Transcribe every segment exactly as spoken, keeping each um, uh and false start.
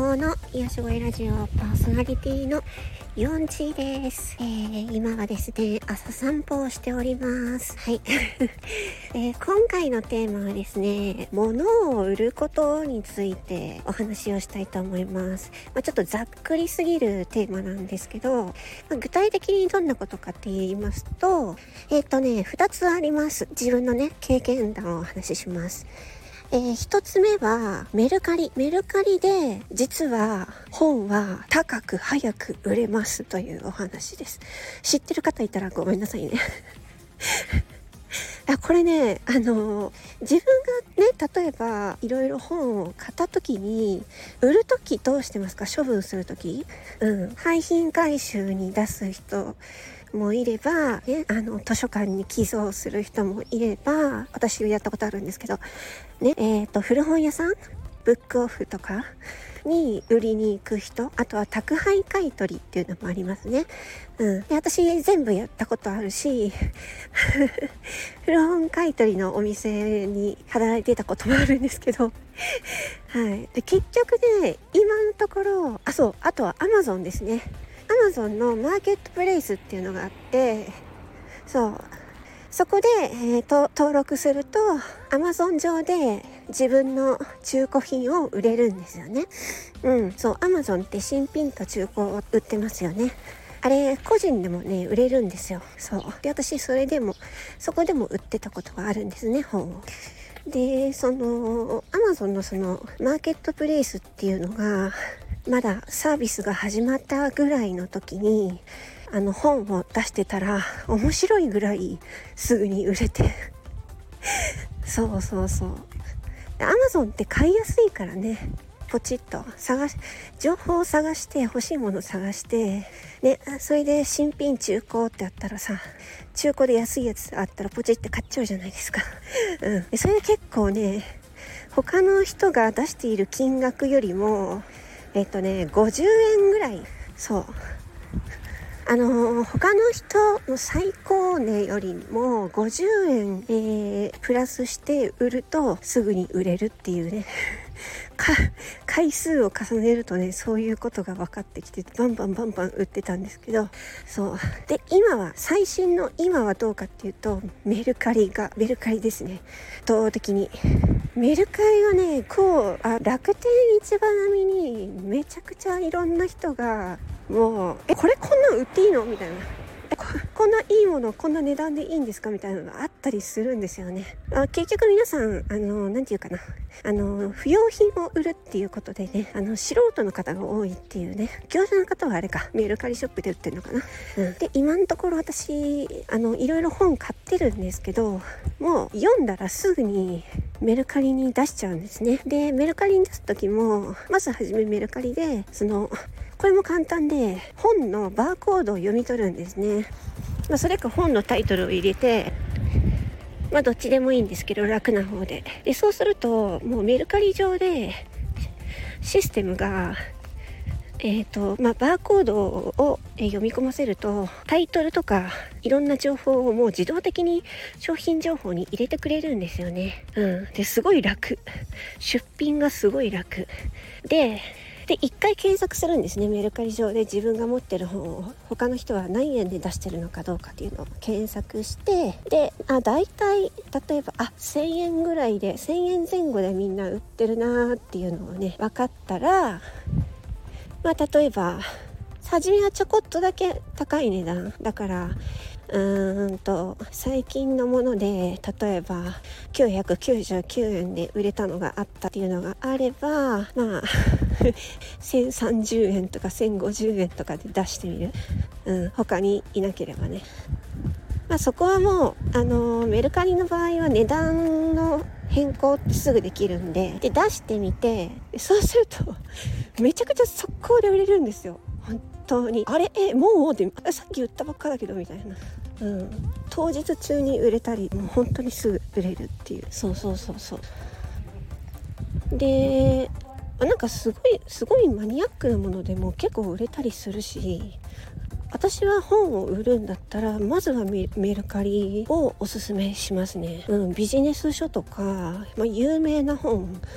方の癒し声ラジオパーソナリティのヨンチです、えー、今はですね朝散歩をしておりますはい、えー、今回のテーマはですね物を売ることについてお話をしたいと思います、まあ、ちょっとざっくりすぎるテーマなんですけど、まあ、具体的にどんなことかって言いますとえっとねふたつあります。自分のね経験談をお話しします。えー、一つ目はメルカリメルカリで実は本は高く早く売れますというお話です。知ってる方いたらごめんなさいねあこれねあのー、自分がね例えばいろいろ本を買った時に売る時どうしてますか？処分する時、うん、廃品回収に出す人もいれば、ね、あの図書館に寄贈する人もいれば、私やったことあるんですけどね、えーと古本屋さんブックオフとかに売りに行く人、あとは宅配買い取りっていうのもありますね。うん、で私全部やったことあるし古本買い取りのお店に働いてたこともあるんですけどはい。で結局ね今のところあそうあとは Amazon ですね。Amazon のマーケットプレイスっていうのがあって、そうそこで、えー、と登録すると Amazon 上で自分の中古品を売れるんですよね。うん、そう Amazon って新品と中古を売ってますよね。あれ個人でもね売れるんですよ。そうで私それでもそこでも売ってたことがあるんですね、本を。でその Amazon のそのマーケットプレイスっていうのがまだサービスが始まったぐらいの時にあの本を出してたら面白いぐらいすぐに売れてそうそうそう Amazon って買いやすいからね、ポチッと探し情報を探して欲しいものを探してね、それで新品中古ってあったらさ、中古で安いやつあったらポチって買っちゃうじゃないですか、うん、でそれで結構ね他の人が出している金額よりもえっとねごじゅうえんぐらい、そうあのー、他の人の最高値よりもごじゅうえん、えー、プラスして売るとすぐに売れるっていうねか回数を重ねるとねそういうことが分かってきてバンバンバンバン売ってたんですけど、そうで今は最新の今はどうかっていうとメルカリがメルカリですね。圧倒的にメルカリはねこうあ楽天市場並みにめちゃくちゃいろんな人がもうえこれこんなん売っていいのみたいな、え こ, こんないいものこんな値段でいいんですかみたいなのがあったりするんですよね。あ結局皆さんあのなんていうかなあの不要品を売るっていうことでねあの素人の方が多いっていうね。業者の方はあれかメルカリショップで売ってるのかな、うん、で今のところ私あのいろいろ本買ってるんですけどもう読んだらすぐにメルカリに出しちゃうんですね。でメルカリに出す時もまずはじめメルカリでそのこれも簡単で本のバーコードを読み取るんですね。まあ、それか本のタイトルを入れてまあどっちでもいいんですけど楽な方ででそうするともうメルカリ上でシステムがえーとまあ、バーコードを読み込ませるとタイトルとかいろんな情報をもう自動的に商品情報に入れてくれるんですよね、うん、ですごい楽、出品がすごい楽でで一回検索するんですね。メルカリ上で自分が持ってる本を他の人は何円で出してるのかどうかっていうのを検索してであだいたい例えばあせんえんぐらいでせんえんぜん後でみんな売ってるなっていうのをね分かったらまあ例えば初めはちょこっとだけ高い値段だからうーんと最近のもので例えばきゅうひゃくきゅうじゅうきゅうえんで売れたのがあったっていうのがあればまあせんさんじゅうえんとかせんごじゅうえんとかで出してみる、うん、他にいなければね。まあ、そこはもう、あのー、メルカリの場合は値段の変更ってすぐできるんで、で出してみてそうするとめちゃくちゃ速攻で売れるんですよ。本当にあれえもうでさっき売ったばっかだけどみたいな、うん、当日中に売れたりもう本当にすぐ売れるっていうそうそうそうそうでなんかすごいすごいマニアックなものでも結構売れたりするし私は本を売るんだったらまずは メ, メルカリをおすすめしますね、うん、ビジネス書とか、まあ、有名な本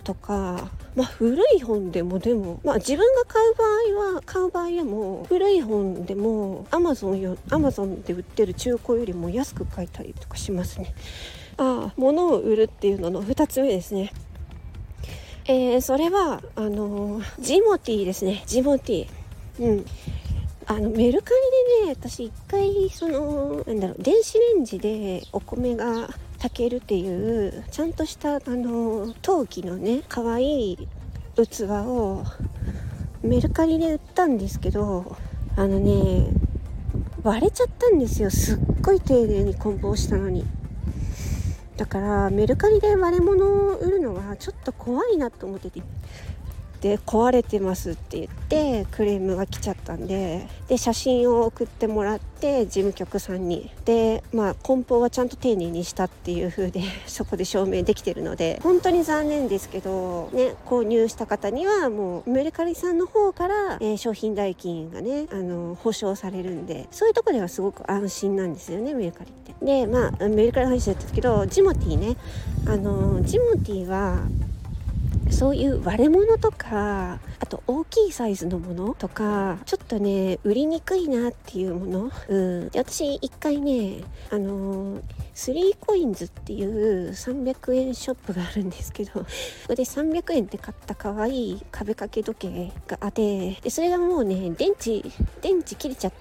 とか、まあ古い本でもでも、まあ自分が買う場合は買う場合でも古い本でもアマゾンよアマゾンで売ってる中古よりも安く買えたりとかしますね。ああ、物を売るっていうののふたつめですね。えー、それはあのー、ジモティーですね。ジモティー、うん、あのメルカリでね、私一回そのなんだろう電子レンジでお米が炊けるっていうちゃんとしたあの陶器のね可愛い器をメルカリで売ったんですけど、あのね割れちゃったんですよ。すっごい丁寧に梱包したのに。だからメルカリで割れ物を売るのはちょっと怖いなと思ってて、で壊れてますって言ってクレームが来ちゃったんで、で写真を送ってもらって事務局さんに、でまあ梱包はちゃんと丁寧にしたっていう風でそこで証明できてるので本当に残念ですけどね、購入した方にはもうメルカリさんの方から、えー、商品代金がねあの保証されるんで、そういうところではすごく安心なんですよね、メルカリって。でまあメルカリの話だったんですけど、ジモティーね、あのジモティーはそういう割れ物とか、あと大きいサイズのものとかちょっとね売りにくいなっていうもの、うん、で私一回ねあのー、スリーコインズっていうさんびゃくえんショップがあるんですけど、そこでさんびゃくえんで買った可愛い壁掛け時計があって、でそれがもうね電池電池切れちゃって、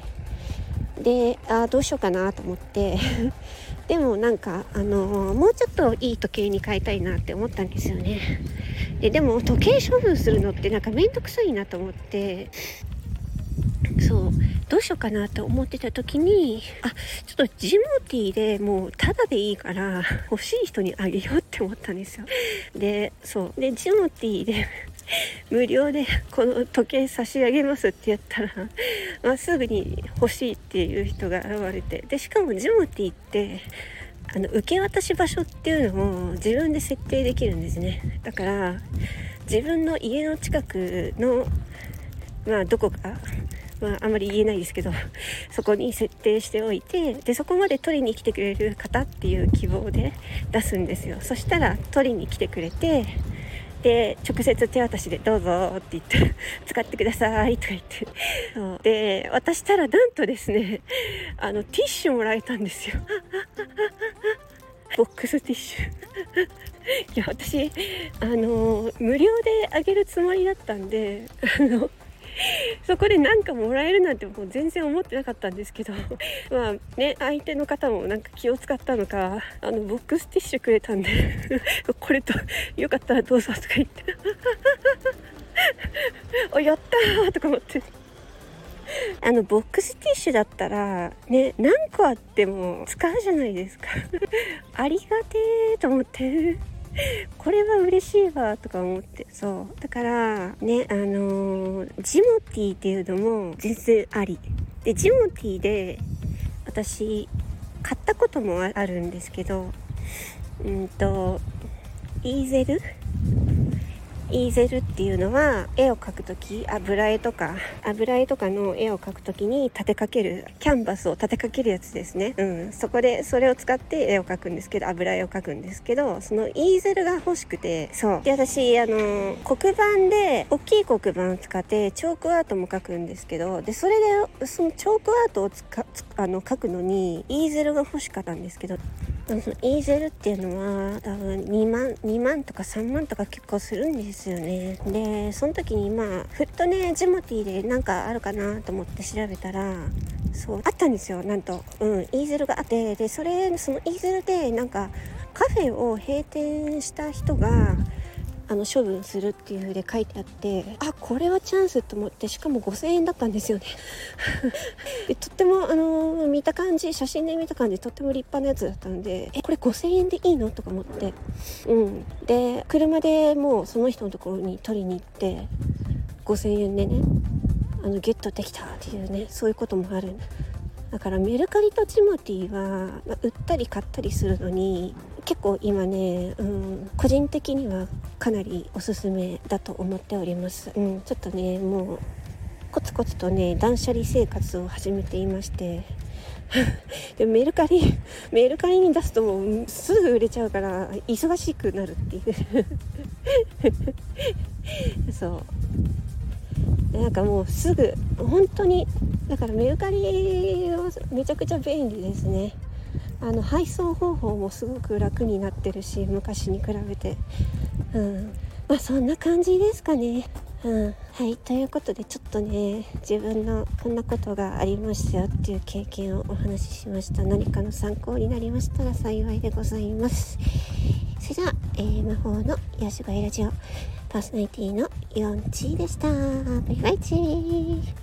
であどうしようかなと思ってでもなんかあのー、もうちょっといい時計に変えたいなって思ったんですよね。ででも時計処分するのってなんかめんどくさいなと思って、そうどうしようかなと思ってた時に、あちょっとジモティーでもうタダでいいから欲しい人にあげようって思ったんですよ。でそうでジモティーで無料でこの時計差し上げますって言ったら、まあ、すぐに欲しいっていう人が現れて、でしかもジモティーってあの受け渡し場所っていうのも自分で設定できるんですね。だから自分の家の近くのまあどこか、まああんまり言えないですけどそこに設定しておいて、でそこまで取りに来てくれる方っていう希望で出すんですよ。そしたら取りに来てくれて、で直接手渡しでどうぞって言って使ってくださいとか言って、そうで渡したらなんとですねあのティッシュもらえたんですよボックスティッシュいや私あの無料であげるつもりだったんで、あのそこでなんかもらえるなんてもう全然思ってなかったんですけど、まあね相手の方もなんか気を使ったのかあのボックスティッシュくれたんでこれとよかったらどうぞとか言っておやったーとか思って、あのボックスティッシュだったらね何個あっても使うじゃないですかありがてーと思ってこれは嬉しいわとか思って、そうだからねあのー、ジモティーっていうのも全然ありで、ジモティーで私買ったこともあるんですけど、うんとイーゼルイーゼルっていうのは絵を描くとき、油絵とか油絵とかの絵を描くときに立てかけるキャンバスを立てかけるやつですね。うん、そこでそれを使って絵を描くんですけど、油絵を描くんですけど、そのイーゼルが欲しくて、そうで私あの黒板で大きい黒板を使ってチョークアートも描くんですけど、でそれでそのチョークアートをつかあの描くのにイーゼルが欲しかったんですけど、そのイーゼルっていうのは多分にまんにまんとかさんまんとか結構するんですよね。でその時にまあふっとねジモティーでなんかあるかなと思って調べたら、そうあったんですよ。なんと、うん、イーゼルがあって、でそれそのイーゼルでなんかカフェを閉店した人があの処分するっていう風で書いてあって、あこれはチャンスと思って、しかもごせんえんだったんですよねでとってもあのー、見た感じ写真で見た感じとっても立派なやつだったんで、えこれごせんえんでいいのとか思って、うんで車でもうその人のところに取りに行ってごせんえんでねあのゲットできたっていうね、そういうこともある。だからメルカリとジモティーは、まあ、売ったり買ったりするのに結構今ね、うん、個人的にはかなりおすすめだと思っております、うん、ちょっとねもうコツコツとね断捨離生活を始めていまして、 でメルカリメルカリに出すともうすぐ売れちゃうから忙しくなるっていうそうなんかもうすぐ本当にだからメルカリはめちゃくちゃ便利ですね。あの配送方法もすごく楽になってるし昔に比べて、うん、まあそんな感じですかね。うん、はいということでちょっとね自分のこんなことがありましたよっていう経験をお話ししました。何かの参考になりましたら幸いでございます。それでは、えー、魔法の癒し声ラジオパーソナリティのヨンチーでした。バイバイチー。